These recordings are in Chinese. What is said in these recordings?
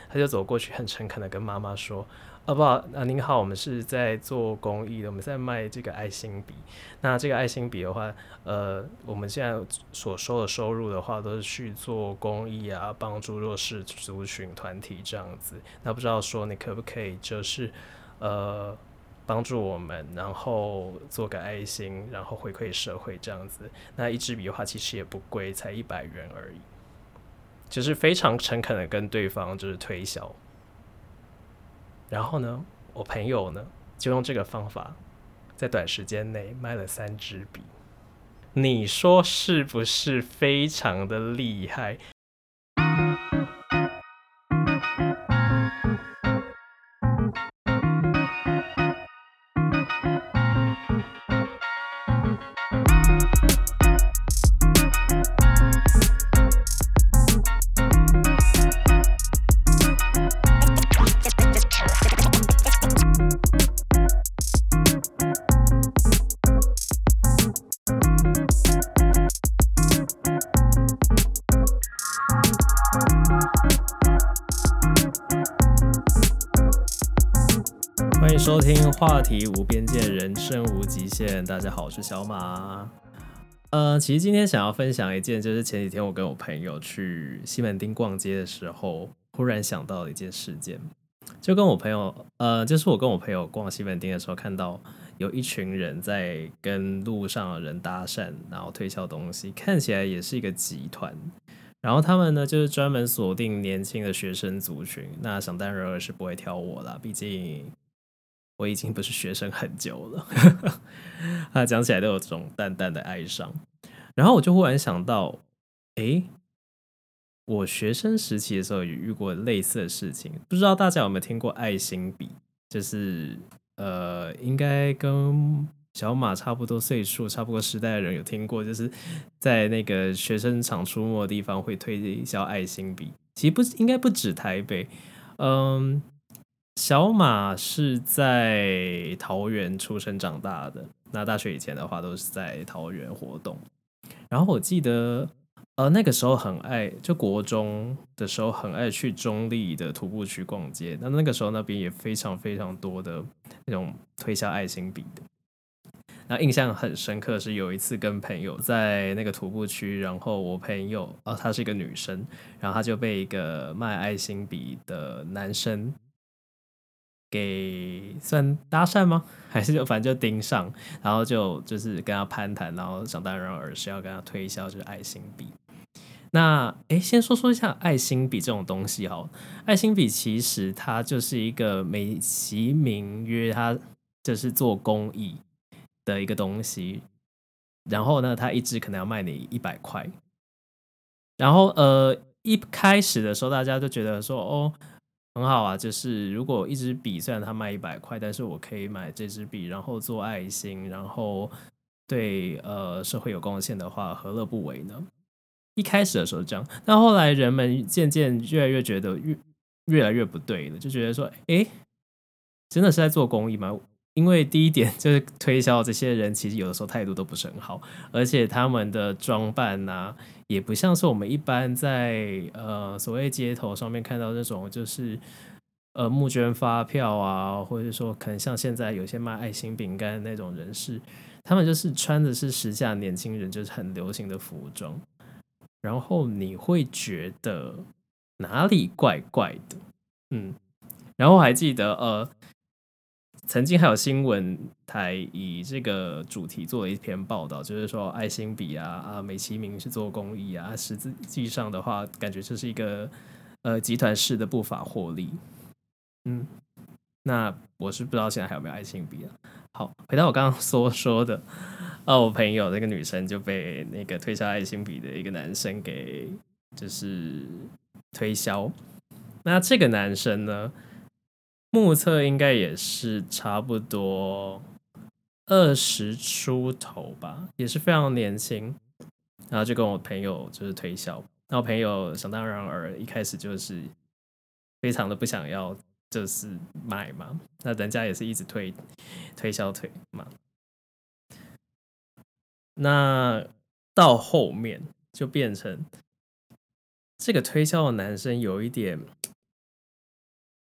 他就走过去，很诚恳的跟妈妈说：不好，您好，我们是在做公益的，我们在卖这个爱心笔。那这个爱心笔的话，我们现在所收的收入的话，都是去做公益啊，帮助弱势族群团体这样子。那不知道说你可不可以就是帮助我们，然后做个爱心，然后回馈社会这样子。那一支笔的话，其实也不贵，才100元而已。就是非常诚恳的跟对方就是推销。然后呢，我朋友呢就用这个方法，在短时间内卖了3支笔。你说是不是非常的厉害？欢迎收听话题无边界，人生无极限。大家好，我是小马。其实今天想要分享一件，就是前几天我跟我朋友去西门町逛街的时候，忽然想到的一件事件。就跟我朋友，就是我跟我朋友逛西门町的时候，看到有一群人在跟路上的人搭讪，然后推销东西，看起来也是一个集团。然后他们呢，就是专门锁定年轻的学生族群。那想当然尔是不会挑我啦，毕竟我已经不是学生很久了。他讲起来都有这种淡淡的哀伤。然后我就忽然想到，诶，我学生时期的时候也遇过类似的事情，不知道大家有没有听过爱心笔？就是应该跟小马差不多岁数、差不多时代的人有听过，就是在那个学生常出没的地方会推销爱心笔。其实不应该不止台北，嗯，小马是在桃园出生长大的，那大学以前的话都是在桃园活动。然后我记得，那个时候很爱，就国中的时候很爱去中立的徒步区逛街。那个时候那边也非常非常多的那种推销爱心笔的。那印象很深刻是有一次跟朋友在那个徒步区，然后我朋友她是一个女生，然后她就被一个卖爱心笔的男生给算搭讪吗？还是就反正就盯上，然后就是跟他攀谈，然后想当然尔是要跟他推销就是爱心笔。那先说一下爱心笔这种东西哈。爱心笔其实它就是一个美其名曰它就是做公益的一个东西，然后呢，它一支可能要卖你100块，然后一开始的时候大家就觉得说很好啊，就是如果一支笔虽然它卖100块，但是我可以买这支笔，然后做爱心，然后对社会有贡献的话，何乐不为呢？一开始的时候这样，但后来人们渐渐越来越觉得越来越不对了，就觉得说，真的是在做公益吗？因为第一点就是推销这些人，其实有的时候态度都不是很好，而且他们的装扮啊，也不像是我们一般在所谓街头上面看到那种，就是募捐发票啊，或者说可能像现在有些卖爱心饼干的那种人士，他们就是穿的是时下年轻人就是很流行的服装，然后你会觉得哪里怪怪的，嗯，然后我还记得曾经还有新闻台以这个主题做了一篇报道，就是说爱心笔美其名是做公益啊，实际上的话，感觉这是一个集团式的不法获利。嗯，那我是不知道现在还有没有爱心笔啊。好，回到我刚刚所说的，我朋友那个女生就被那个推销爱心笔的一个男生给就是推销。那这个男生呢，目测应该也是差不多20出头吧，也是非常年轻。然后就跟我朋友就是推销，那我朋友想当然尔一开始就是非常的不想要，就是买嘛，那人家也是一直推销嘛，那到后面就变成这个推销的男生有一点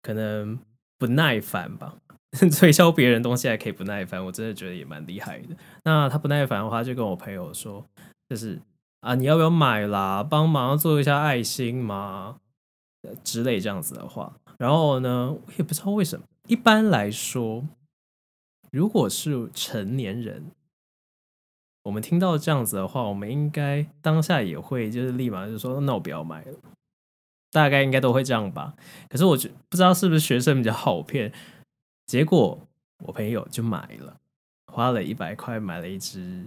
可能不耐烦吧。推销别人东西还可以不耐烦，我真的觉得也蛮厉害的。那他不耐烦的话，就跟我朋友说，就是啊，你要不要买啦？帮忙做一下爱心嘛，之类这样子的话。然后呢，我也不知道为什么，一般来说，如果是成年人，我们听到这样子的话，我们应该当下也会就是立马就说，那我不要买了。大概应该都会这样吧。可是我不知道是不是学生比较好骗，结果我朋友就买了，花了100块买了一支，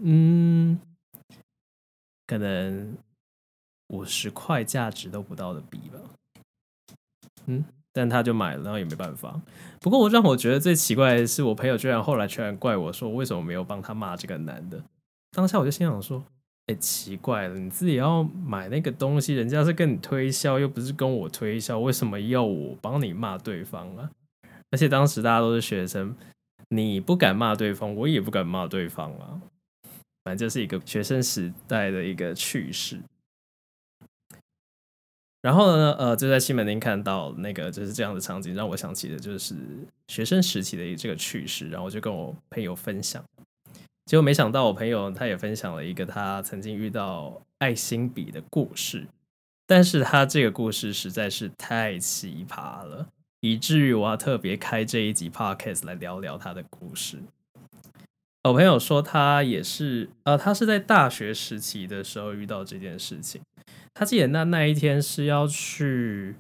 可能50块价值都不到的笔吧。但他就买了，然后也没办法。不过让我觉得最奇怪的是，我朋友后来居然怪我说，为什么没有帮他骂这个男的？当下我就心想说，奇怪了，你自己要买那个东西，人家是跟你推销，又不是跟我推销，为什么要我帮你骂对方啊？而且当时大家都是学生，你不敢骂对方，我也不敢骂对方啊。反正就是一个学生时代的一个趣事。然后呢，就在西门町看到那个就是这样的场景，让我想起的就是学生时期的这个趣事，然后我就跟我朋友分享。结果没想到我朋友他也分享了一个他曾经遇到爱心笔的故事，但是他这个故事实在是太奇葩了，以至于我要特别开这一集 podcast 来聊聊他的故事。我朋友说他也是，他是在大学时期的时候遇到这件事情。他记得那一天是要去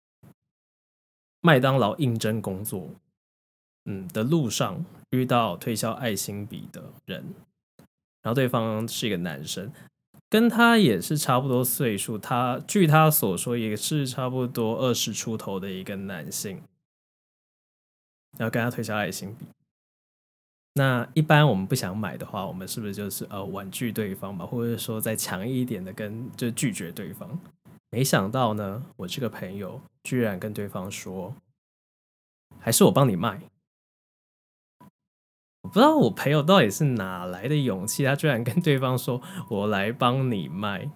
麦当劳应征工作，的路上遇到推销爱心笔的人，然后对方是一个男生，跟他也是差不多岁数，据他所说也是差不多20出头的一个男性，然后跟他推销爱心笔。那一般我们不想买的话，我们是不是就是婉拒对方嘛，或者说再强硬一点的就拒绝对方？没想到呢，我这个朋友居然跟对方说，还是我帮你卖。我不知道我朋友到底是哪来的勇气，他居然跟对方说我来帮你卖。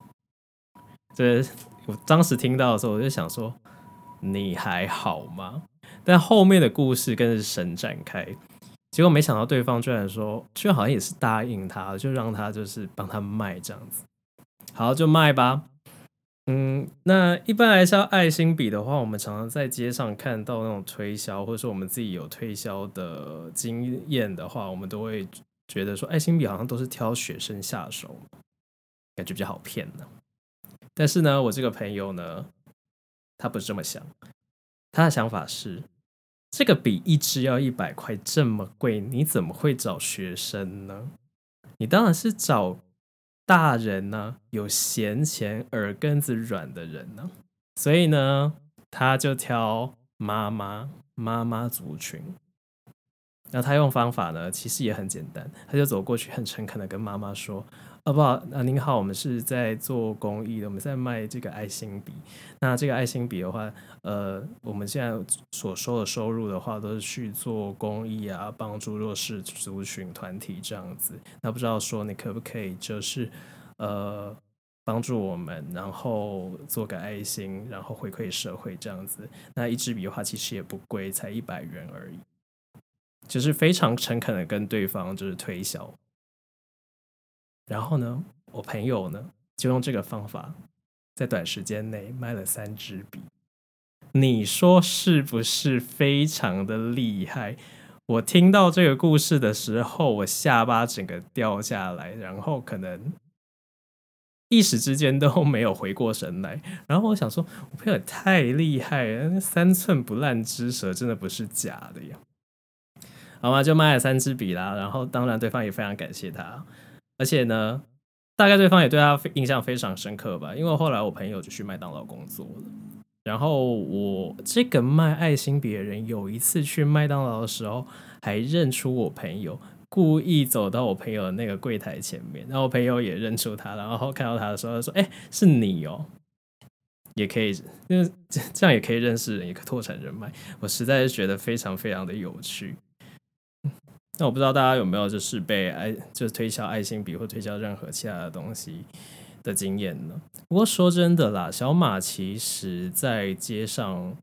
我当时听到的时候，我就想说你还好吗？但后面的故事更是神展开。结果没想到对方居然好像也是答应他，就让他就是帮他卖这样子。好，就卖吧。那一般来说，爱心笔的话，我们常常在街上看到那种推销，或者说我们自己有推销的经验的话，我们都会觉得说，爱心笔好像都是挑学生下手，感觉比较好骗的。但是呢，我这个朋友呢，他不是这么想，他的想法是，这个笔一支要100块，这么贵，你怎么会找学生呢？你当然是找大人呢，有闲钱、耳根子软的人呢。所以呢，他就挑妈妈族群。那他用方法呢，其实也很简单，他就走过去，很诚恳的跟妈妈说：不好，您好，我们是在做公益的，我们在卖这个爱心笔。那这个爱心笔的话，我们现在所收的收入的话，都是去做公益啊，帮助弱势族群团体这样子。那不知道说你可不可以就是帮助我们，然后做个爱心，然后回馈社会这样子。那一支笔的话，其实也不贵，才100元而已。就是非常诚恳的跟对方就是推销。然后呢，我朋友呢就用这个方法，在短时间内卖了3支笔。你说是不是非常的厉害？我听到这个故事的时候，我下巴整个掉下来，然后可能一时之间都没有回过神来。然后我想说，我朋友也太厉害了，3寸不烂之舌真的不是假的呀。好嘛，就卖了3支笔啦。然后当然对方也非常感谢他，而且呢，大概对方也对他印象非常深刻吧。因为后来我朋友就去麦当劳工作了。然后我这个卖爱心笔的人有一次去麦当劳的时候，还认出我朋友，故意走到我朋友的那个柜台前面，然后我朋友也认出他，然后看到他的时候说：“是你哦。”也可以，因为这样也可以认识人，也可以拓展人脉。我实在是觉得非常非常的有趣。那我不知道大家有没有就是就是推销爱心笔或推销任何其他的东西的经验呢？不过说真的啦，小马其实在街上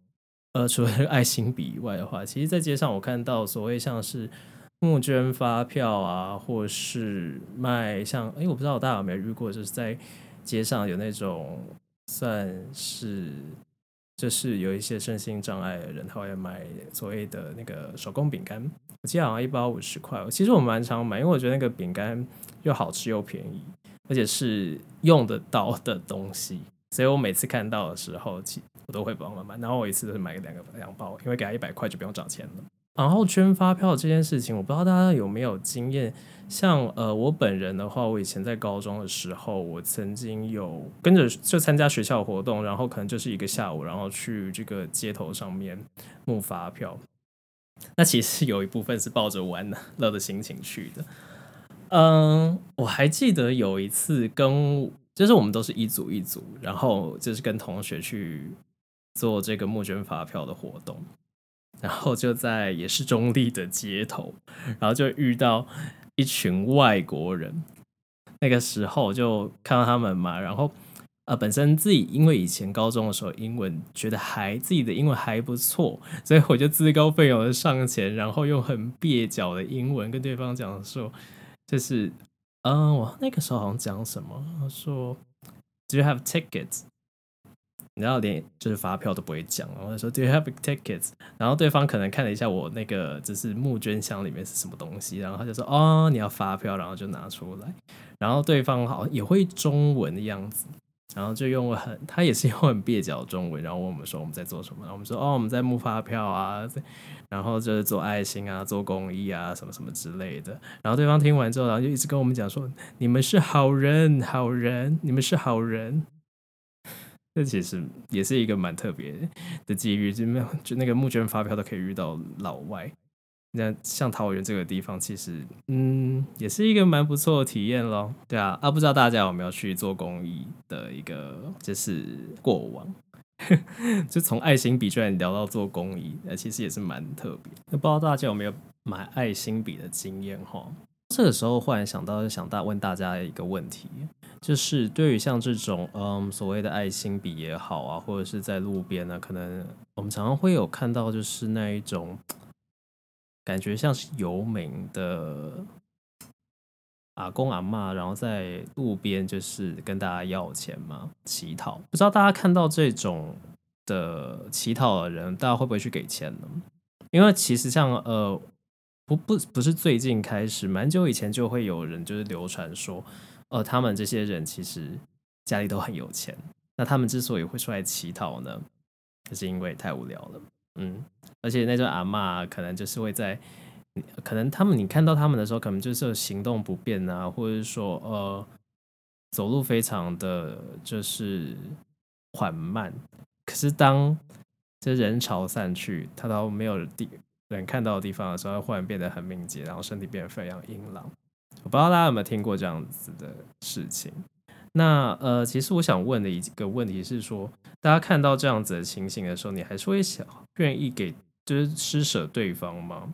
除了爱心笔以外的话，其实在街上我看到所谓像是募捐发票啊，或是卖像我不知道大家有没有遇过，就是在街上有那种算是就是有一些身心障碍的人，他会买所谓的那个手工饼干，我记得好像一包50块。其实我蛮常买，因为我觉得那个饼干又好吃又便宜，而且是用得到的东西，所以我每次看到的时候，我都会帮忙买。然后我一次都是买两包，因为给他100块就不用找钱了。然后捐发票这件事情，我不知道大家有没有经验。像我本人的话，我以前在高中的时候，我曾经有跟着就参加学校活动，然后可能就是一个下午，然后去这个街头上面募发票。那其实有一部分是抱着玩乐的心情去的。我还记得有一次就是我们都是一组一组，然后就是跟同学去做这个募捐发票的活动。然后就在也是中立的街头，然后就遇到一群外国人。那个时候就看到他们嘛，然后本身自己因为以前高中的时候英文觉得自己的英文还不错，所以我就自告奋勇的上前，然后用很蹩脚的英文跟对方讲说，就是我那个时候好像讲什么，他说 "Do you have tickets?" 你知道连就是发票都不会讲，然后说 "Do you have tickets?" 然后对方可能看了一下我那个就是募捐箱里面是什么东西，然后他就说哦你要发票，然后就拿出来，然后对方好像也会中文的样子，然后就用他也是用很蹩脚的中文，然后问我们说我们在做什么，然后我们说哦我们在募发票啊，然后就是做爱心啊，做公益啊什么什么之类的。然后对方听完之后，然后就一直跟我们讲说你们是好人，好人，你们是好人。这其实也是一个蛮特别的机遇，就那个募捐发票都可以遇到老外。那像桃园这个地方，其实也是一个蛮不错的体验咯。对啊，不知道大家有没有去做公益的一个就是过往？就从爱心笔居然聊到做公益，其实也是蛮特别。那不知道大家有没有买爱心笔的经验哈？这个时候忽然想问大家一个问题，就是对于像这种所谓的爱心笔也好啊，或者是在路边呢，可能我们常常会有看到，就是那一种感觉像是游民的阿公阿嬷，然后在路边就是跟大家要钱嘛，乞讨。不知道大家看到这种的乞讨的人，大家会不会去给钱呢？因为其实像不是最近开始，蛮久以前就会有人就是流传说，他们这些人其实家里都很有钱，那他们之所以会出来乞讨呢，就是因为太无聊了，而且那种阿嬷可能就是会可能你看到他们的时候，可能就是行动不便啊，或者是说走路非常的就是缓慢，可是当这人潮散去，他到没有人看到的地方的时候，忽然变得很敏捷，然后身体变得非常硬朗。我不知道大家有没有听过这样子的事情。那其实我想问的一个问题是说，大家看到这样子的情形的时候，你还是会愿意就是施舍对方吗？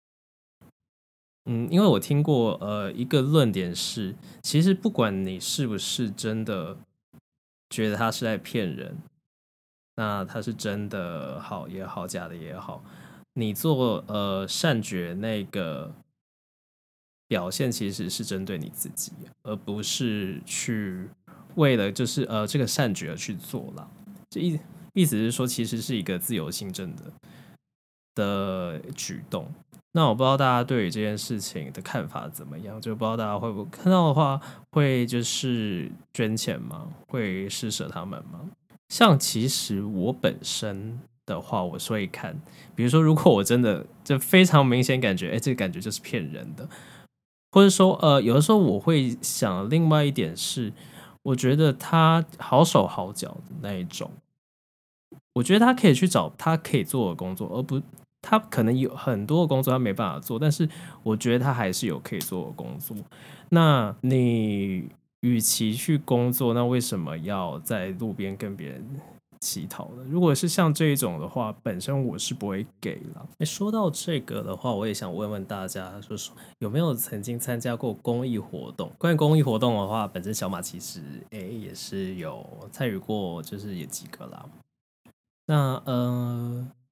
因为我听过一个论点是，其实不管你是不是真的觉得他是在骗人，那他是真的好也好，假的也好，你做善觉那个表现其实是针对你自己，而不是去为了就是这个善觉而去做啦。这意思是说，其实是一个自由行政的举动。那我不知道大家对于这件事情的看法怎么样，就不知道大家会不会看到的话，会就是捐钱吗？会施舍他们吗？像其实我本身的话，我是会看，比如说如果我真的就非常明显感觉，这个感觉就是骗人的，或者说有的时候我会想，另外一点是，我觉得他好手好脚的那一种。我觉得他可以去找他可以做的工作，而不他可能有很多的工作他没办法做，但是我觉得他还是有可以做的工作。那你与其去工作，那为什么要在路边跟别人乞讨呢？如果是像这一种的话，本身我是不会给了。说到这个的话，我也想问问大家，就是有没有曾经参加过公益活动？关于公益活动的话，本身小马其实也是有参与过，就是也几个啦。那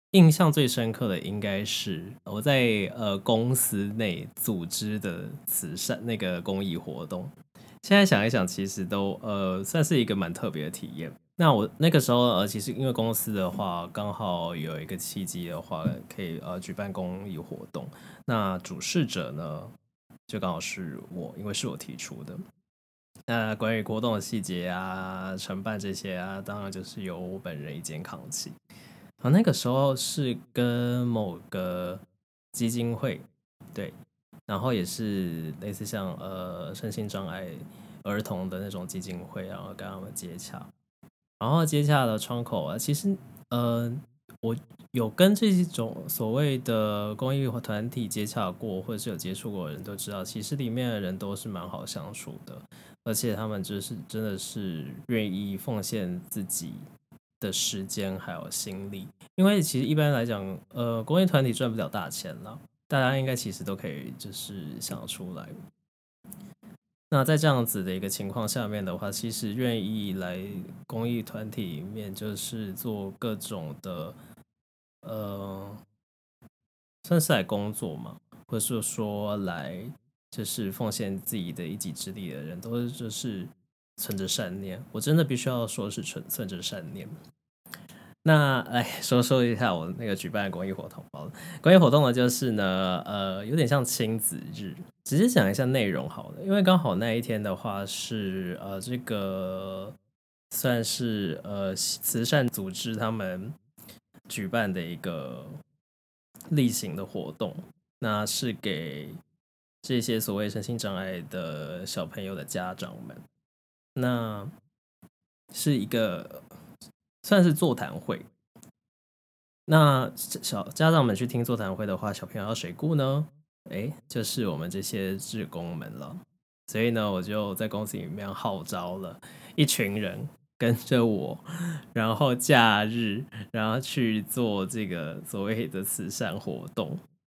印象最深刻的应该是我在公司内组织的慈善那个公益活动。现在想一想，其实都算是一个蛮特别的体验。那我那个时候其实因为公司的话，刚好有一个契机的话，可以举办公益活动。那主事者呢，就刚好是我，因为是我提出的。那关于活动的细节啊、承办这些啊，当然就是由我本人一肩扛起。那个时候是跟某个基金会，对，然后也是类似像身心障碍儿童的那种基金会，然后跟他们接洽，然后接洽的窗口啊，其实呃我有跟这种所谓的公益团体接洽过，或者是有接触过的人都知道，其实里面的人都是蛮好相处的，而且他们就是真的是愿意奉献自己的时间还有心力，因为其实一般来讲，公益团体赚不了大钱了，大家应该其实都可以就是想得出来。那在这样子的一个情况下面的话，其实愿意来公益团体里面，就是做各种的，呃，算是来工作嘛，或者是说来就是奉献自己的一己之力的人，都是就是存着善念。我真的必须要说是存着善念。那来说一下我那个举办的公益活动好了。公益活动呢，就是呢，有点像亲子日，直接讲一下内容好了。因为刚好那一天的话是这个算是慈善组织他们举办的一个例行的活动，那是给这些所谓身心障碍的小朋友的家长们，那是一个算是座谈会。那小家长们去听座谈会的话，小朋友要谁顾呢？就是我们这些志工们了。所以呢，我就在公司里面号召了一群人跟着我，然后假日，然后去做这个所谓的慈善活动。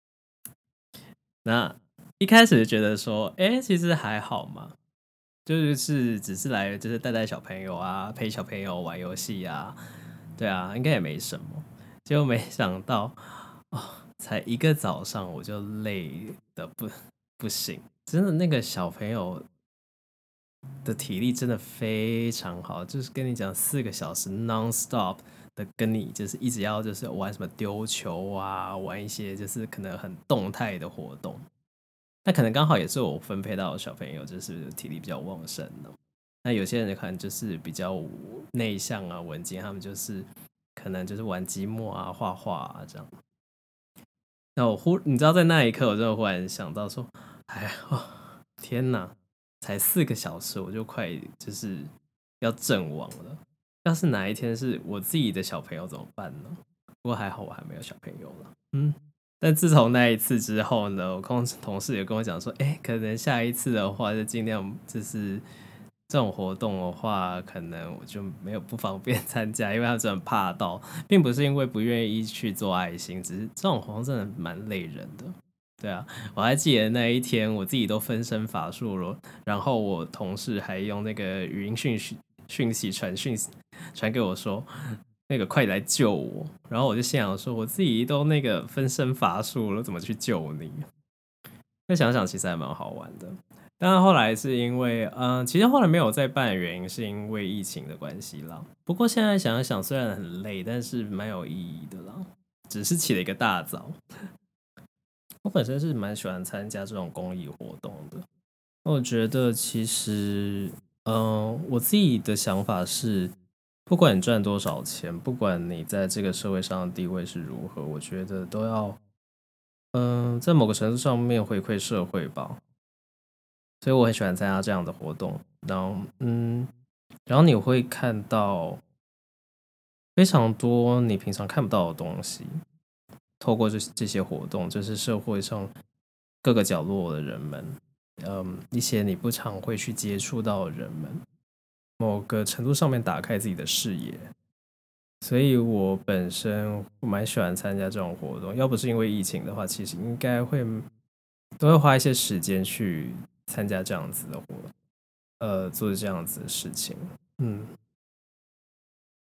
那一开始就觉得说，其实还好嘛，就是只是来就是带小朋友啊，陪小朋友玩游戏啊，对啊，应该也没什么。结果没想到，哦，才一个早上我就累的不行，真的那个小朋友的体力真的非常好，就是跟你讲4个小时 non stop 的跟你就是一直要就是玩什么丢球啊，玩一些就是可能很动态的活动。那可能刚好也是我分配到的小朋友，就是体力比较旺盛的。那有些人可能就是比较内向啊、文静，他们就是可能就是玩积木啊、画画啊这样。那你知道在那一刻，我真的忽然想到说，哎哦，天哪，才4个小时我就快就是要阵亡了。要是哪一天是我自己的小朋友怎么办呢？不过还好我还没有小朋友了，但自从那一次之后呢，我同事也跟我讲说，可能下一次的话就尽量就是这种活动的话，可能我就没有不方便参加，因为他真的怕到，并不是因为不愿意去做爱心，只是这种活动真的蛮累人的。对啊，我还记得那一天我自己都分身乏术了，然后我同事还用那个语音讯息传给我说，那个快来救我！然后我就心想说，我自己都那个分身乏术了，怎么去救你？那想想其实还蛮好玩的。当然后来是因为，其实后来没有再办的原因是因为疫情的关系啦。不过现在想一想，虽然很累，但是蛮有意义的啦。只是起了一个大早。我本身是蛮喜欢参加这种公益活动的。我觉得其实，我自己的想法是，不管你赚多少钱，不管你在这个社会上的地位是如何，我觉得都要，在某个程度上面回馈社会吧。所以我很喜欢参加这样的活动，然后你会看到非常多你平常看不到的东西，透过这些活动，就是社会上各个角落的人们，一些你不常会去接触到的人们，某个程度上面打开自己的视野。所以我本身蛮喜欢参加这种活动，要不是因为疫情的话，其实应该都会花一些时间去参加这样子的做这样子的事情。嗯。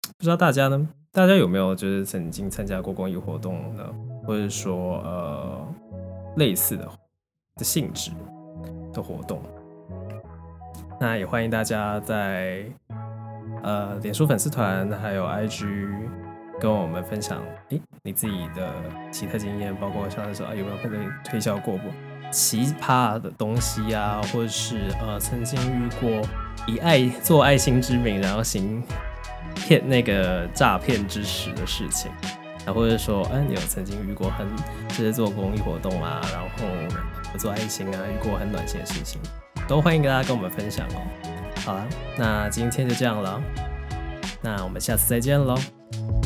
不知道大家呢？大家有没有就是曾经参加过公益活动呢？或者说类似的性质的活动？那也欢迎大家在脸书粉丝团还有 IG 跟我们分享，你自己的奇特经验，包括像是说有没有被推销过不奇葩的东西啊，或者是曾经遇过以做爱心之名，然后行那个诈骗之实的事情，或者说你有曾经遇过就是做公益活动啊，然后做爱心啊，遇过很暖心的事情，都欢迎大家跟我们分享哦。好了，那今天就这样了，那我们下次再见喽。